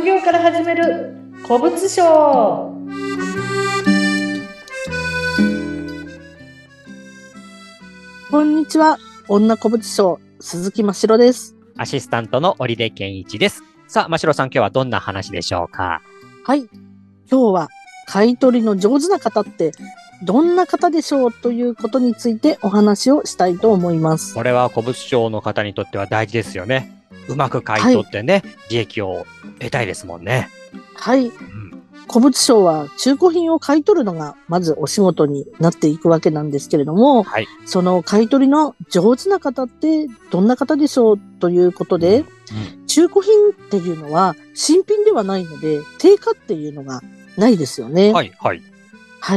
職業から始める古物商。 こんにちは。女古物商鈴木真城です。 アシスタントの織出健一です。さあ、真城さん、今日はどんな話でしょうか？ はい。今日は買い取りの上手な方ってどんな方でしょうということについてお話をしたいと思います。 これは古物商の方にとっては大事ですよね。うまく買い取ってね、利益を得たいですもんね。 はい。古物商は中古品を買い取るのがまずお仕事になっていくわけなんですけれども、 はい。 その買い取りの上手な方ってどんな方でしょうということで、中古品っていうのは新品ではないので定価っていうのがないですよね。 はい、はい。 はい。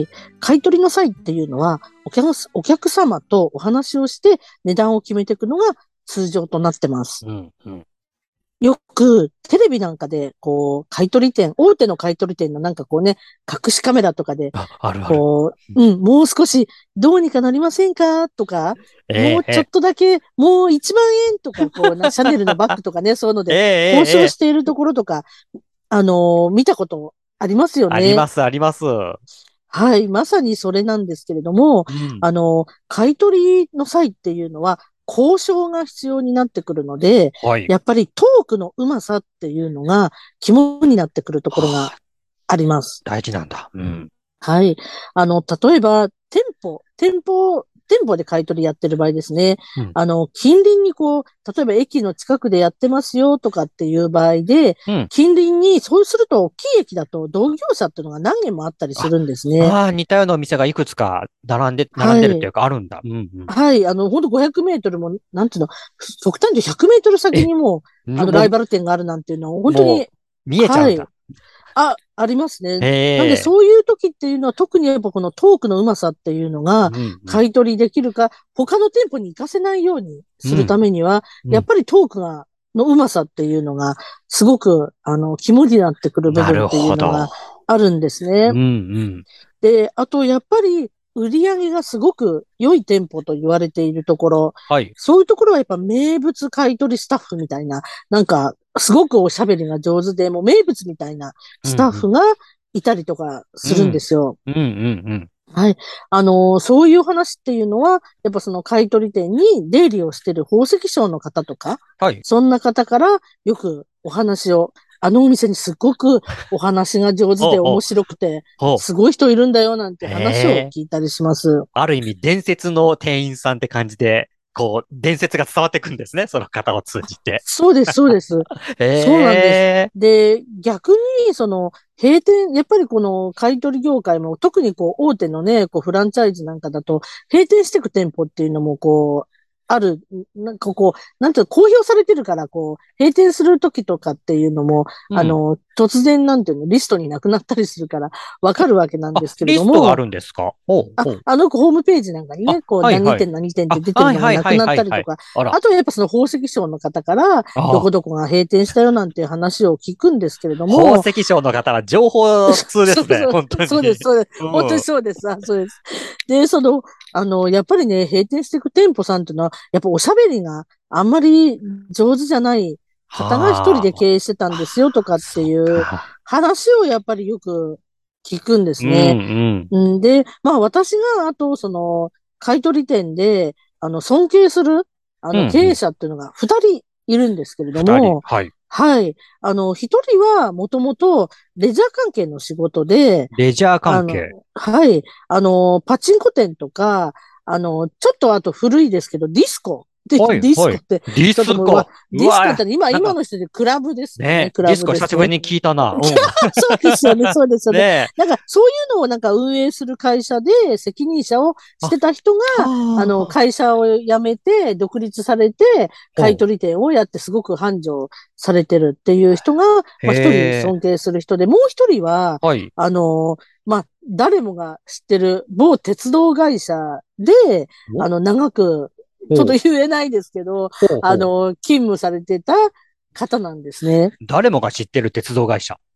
買い取りの際っていうのはお客様とお話をして値段を決めていくのが通常となってます。よくテレビなんかで買い取り店、大手の買い取り店のなんか隠しカメラとかで、 あるある。 もう少しどうにかなりませんかとか、もうちょっとだけ、もう1万円とか、シャネルのバッグとかね、そういうので交渉しているところとか、見たことありますよね。 あります、あります。 はい、まさにそれなんですけれども、買い取りの際っていうのは、交渉が必要になってくるので、 はい。 やっぱりトークのうまさっていうのが肝になってくるところがあります。 大事なんだ。 はい。例えば、店舗で買い取りやってる場合ですね。近隣に例えば駅の近くでやってますよとかっていう場合で、近隣に、そうすると大きい駅だと同業者っていうのが何軒もあったりするんですね。 似たようなお店がいくつか並んでるっていうかあるんだ。 はい。ほんと500メートルも、なんていうの、極端に100メートル先にも、ライバル店があるなんていうのは、本当に、 見えちゃうんだ。 ありますね。なんでそういう時っていうのは特にやっぱこのトークのうまさっていうのが買い取りできるか、他の店舗に行かせないようにするためには、やっぱりトークのうまさっていうのがすごく肝になってくる部分っていうのがあるんですね。で、あとやっぱり売り上げがすごく良い店舗と言われているところ、そういうところはやっぱ名物買い取りスタッフみたいな、なんかすごくおしゃべりが上手で、もう名物みたいなスタッフがいたりとかするんですよ。はい。そういう話っていうのは、やっぱその買い取り店に出入りをしている宝石商の方とか、そんな方からよくお話を、お店にすっごくお話が上手で面白くて、すごい人いるんだよなんて話を聞いたりします。 ある意味伝説の店員さんって感じで、伝説が伝わってくんですね。その方を通じて。 そうです、そうです。そうなんです。で、逆に、閉店、やっぱりこの買い取り業界も、特に大手のね、フランチャイズなんかだと、閉店していく店舗っていうのも、ある、なんかなんていうの、公表されてるから、閉店する時とかっていうのも、突然なんていうの、リストになくなったりするから、わかるわけなんですけれども。 リストがあるんですか？ ホームページなんかにね、何店何店って出てるのがなくなったりとか、あとはやっぱその宝石商の方から、どこどこが閉店したよなんていう話を聞くんですけれども。 宝石商の方は情報通ですね、本当に。 そうです、そうです。本当にそうです。そうです。で、やっぱりね、閉店していく店舗さんっていうのは、やっぱおしゃべりがあんまり上手じゃない方が一人で経営してたんですよとかっていう話をやっぱりよく聞くんですね。で、私が、あと、買い取り店で、尊敬する、経営者っていうのが二人いるんですけれども、はい。一人はもともとレジャー関係の仕事で、 レジャー関係。 はい。パチンコ店とか、ちょっとあと古いですけど、ディスコ。ディスコって、 ディスコ。 ディスコって今の人でクラブですね。クラブですね。 ディスコ久しぶりに聞いたな。 そうですよね、そうですよね。なんか、そういうのをなんか運営する会社で責任者をしてた人が、会社を辞めて、独立されて、買い取り店をやってすごく繁盛されてるっていう人が、一人尊敬する人で、もう一人は、誰もが知ってる某鉄道会社で、長く、ちょっと言えないですけど、勤務されてた方なんですね。 誰もが知ってる鉄道会社。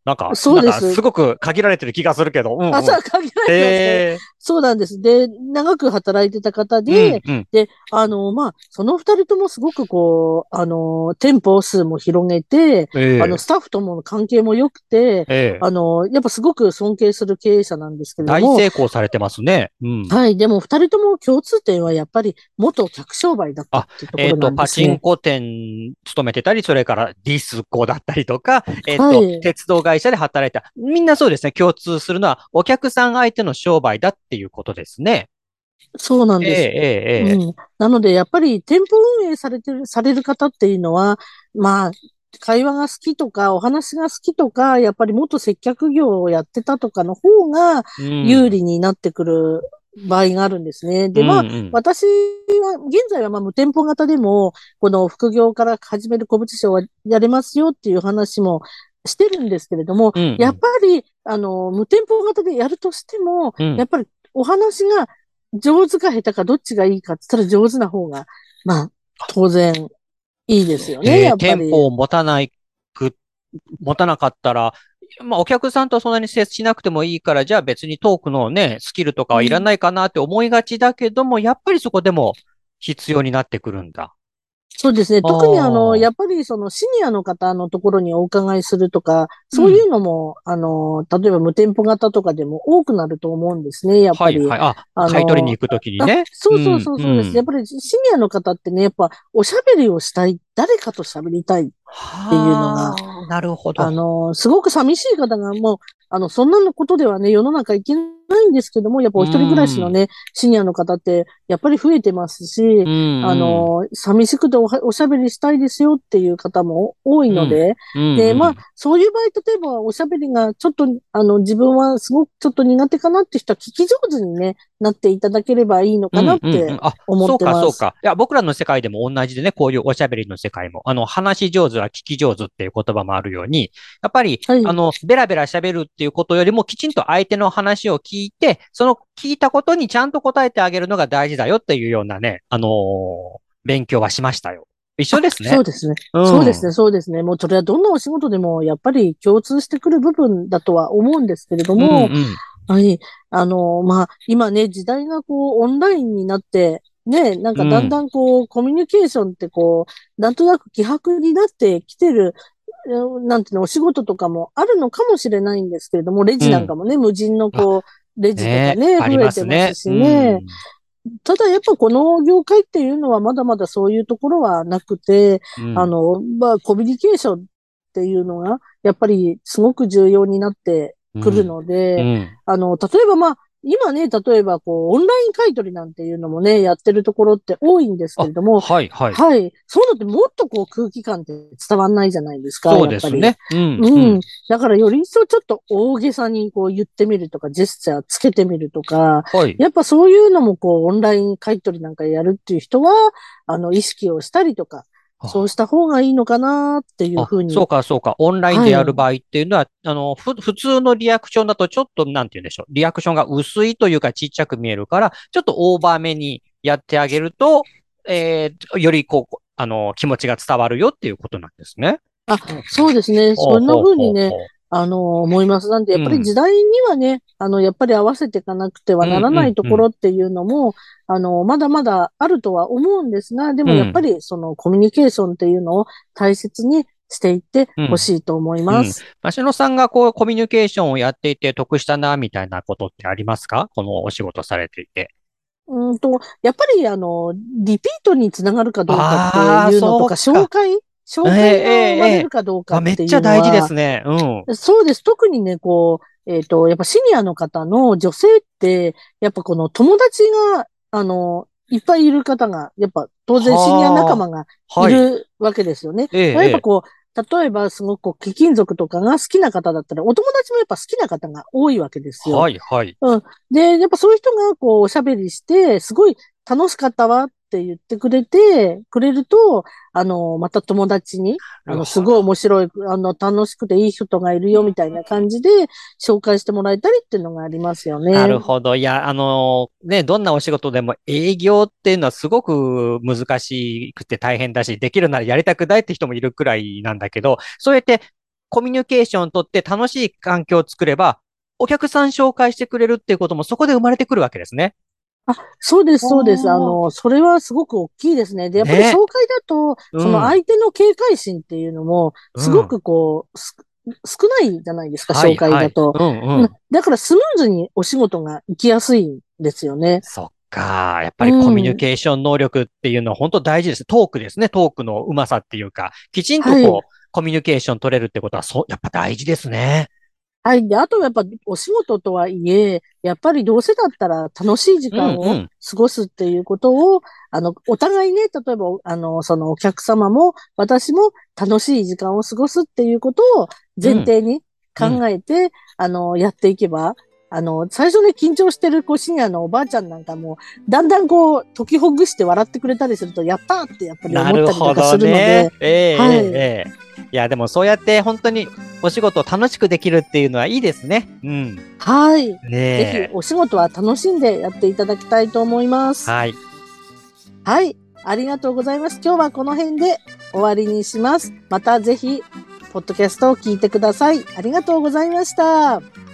そうです。 すごく限られてる気がするけど。うんうん、 そう、限られてますね。そうなんです。で、長く働いてた方で、で、その二人ともすごく店舗数も広げて、スタッフともの関係も良くて、やっぱすごく尊敬する経営者なんですけれども。 大成功されてますね。 はい。でも、二人とも共通点はやっぱり元客商売だったっていうところなんでパすね。 チンコ店勤めてたり、それからディスコだったりとか、鉄道会社で働いた。みんなそうですね。共通するのは、お客さん相手の商売だっていうことですね。 そうなんです。なので、やっぱり店舗運営される方っていうのは、会話が好きとか、お話が好きとか、やっぱり元接客業をやってたとかの方が有利になってくる場合があるんですね。で、私は、現在は無店舗型でも、この副業から始める古物商はやれますよっていう話もしてるんですけれども、やっぱり、無店舗型でやるとしても、やっぱりお話が上手か下手かどっちがいいかって言ったら上手な方が、当然いいですよね、やっぱり。 店舗を持たなかったら、お客さんとそんなに接しなくてもいいから、じゃあ別にトークのね、スキルとかはいらないかなって思いがちだけども、やっぱりそこでも必要になってくるんだ。 そうですね。特にやっぱりシニアの方のところにお伺いするとか、そういうのも、例えば無店舗型とかでも多くなると思うんですね、やっぱり。 買い取りに行くときにね。 そうです。やっぱりシニアの方ってね、やっぱおしゃべりをしたい、誰かと喋りたいっていうのが、 なるほど。 すごく寂しい方がもう、そんなことではね、世の中いけないんですけども、やっぱお一人暮らしのね、シニアの方って、やっぱり増えてますし、寂しくておしゃべりしたいですよっていう方も多いので、で、そういう場合、例えばおしゃべりがちょっと、自分はすごくちょっと苦手かなって人は聞き上手にね、なっていただければいいのかなって思ってます。 そうか。いや、僕らの世界でも同じでね、こういうおしゃべりの世界も、話し上手は聞き上手っていう言葉もあるように、やっぱり、ベラベラ喋るっていうことよりも、きちんと相手の話を聞いて、その聞いたことにちゃんと答えてあげるのが大事だよっていうようなね、勉強はしましたよ。一緒ですね。 そうですね。そうですね。もうそれはどんなお仕事でもやっぱり共通してくる部分だとは思うんですけれども、はい。今ね、時代がオンラインになって、ね、なんかだんだんコミュニケーションってなんとなく希薄になってきてる、なんていうの、お仕事とかもあるのかもしれないんですけれども、レジなんかもね、無人のレジとかね、増えてますしね。ただやっぱこの業界っていうのはまだまだそういうところはなくて、コミュニケーションっていうのがやっぱりすごく重要になってくるので、例えば今ね、例えばオンライン買取なんていうのもね、やってるところって多いんですけれども、はい。そういうのってもっと空気感って伝わんないじゃないですか、 そうですね。 だからより一層ちょっと大げさに言ってみるとか、ジェスチャーつけてみるとか、やっぱそういうのもオンライン買取なんかやるっていう人は、意識をしたりとか、そうした方がいいのかなっていうふうに。 そうか。オンラインでやる場合っていうのは、普通のリアクションだとちょっと、なんて言うんでしょう。リアクションが薄いというかちっちゃく見えるから、ちょっとオーバーめにやってあげると、より気持ちが伝わるよっていうことなんですね。 そうですね。そんな風にね、思います。なんで、やっぱり時代にはね、やっぱり合わせていかなくてはならないところっていうのも、まだまだあるとは思うんですが、でもやっぱりコミュニケーションっていうのを大切にしていってほしいと思います。 しのさんがコミュニケーションをやっていて得したな、みたいなことってありますか？このお仕事されていて。 やっぱりリピートにつながるかどうかっていうのとか、紹介が生まれるかどうかっていうのは、 めっちゃ大事ですね。 そうです。特にね、やっぱシニアの方の女性って、やっぱ友達が、いっぱいいる方が、やっぱ当然シニア仲間がいるわけですよね。やっぱ例えばすごく貴金属とかが好きな方だったら、お友達もやっぱ好きな方が多いわけですよ。で、やっぱそういう人がおしゃべりして、すごい楽しかったわって言ってくれると、また友達に、すごい面白い、楽しくていい人がいるよみたいな感じで紹介してもらえたりっていうのがありますよね。 なるほど。いや、どんなお仕事でも営業っていうのはすごく難しくて大変だし、できるならやりたくないって人もいるくらいなんだけど、そうやってコミュニケーションをとって楽しい環境を作れば、お客さん紹介してくれるっていうこともそこで生まれてくるわけですね。 そうです、そうです。それはすごく大きいですね。で、やっぱり紹介だと、その相手の警戒心っていうのも、すごく少ないじゃないですか、紹介だと。だからスムーズにお仕事が行きやすいんですよね。 そっか。やっぱりコミュニケーション能力っていうのは本当大事です。トークですね。トークのうまさっていうか、きちんとコミュニケーション取れるってことは、やっぱ大事ですね。 はい。で、あとやっぱお仕事とはいえ、やっぱりどうせだったら楽しい時間を過ごすっていうことを、お互いね、例えば、そのお客様も私も楽しい時間を過ごすっていうことを前提に考えて、やっていけば、最初ね、緊張してるシニアのおばあちゃんなんかも、だんだん解きほぐして笑ってくれたりすると、やったーってやっぱり思ったりとかするので。 はい。いや、でもそうやって本当にお仕事を楽しくできるっていうのはいいですね。 はい。ぜひお仕事は楽しんでやっていただきたいと思います。 はい。 はい。ありがとうございます。今日はこの辺で終わりにします。またぜひ、ポッドキャストを聞いてください。ありがとうございました。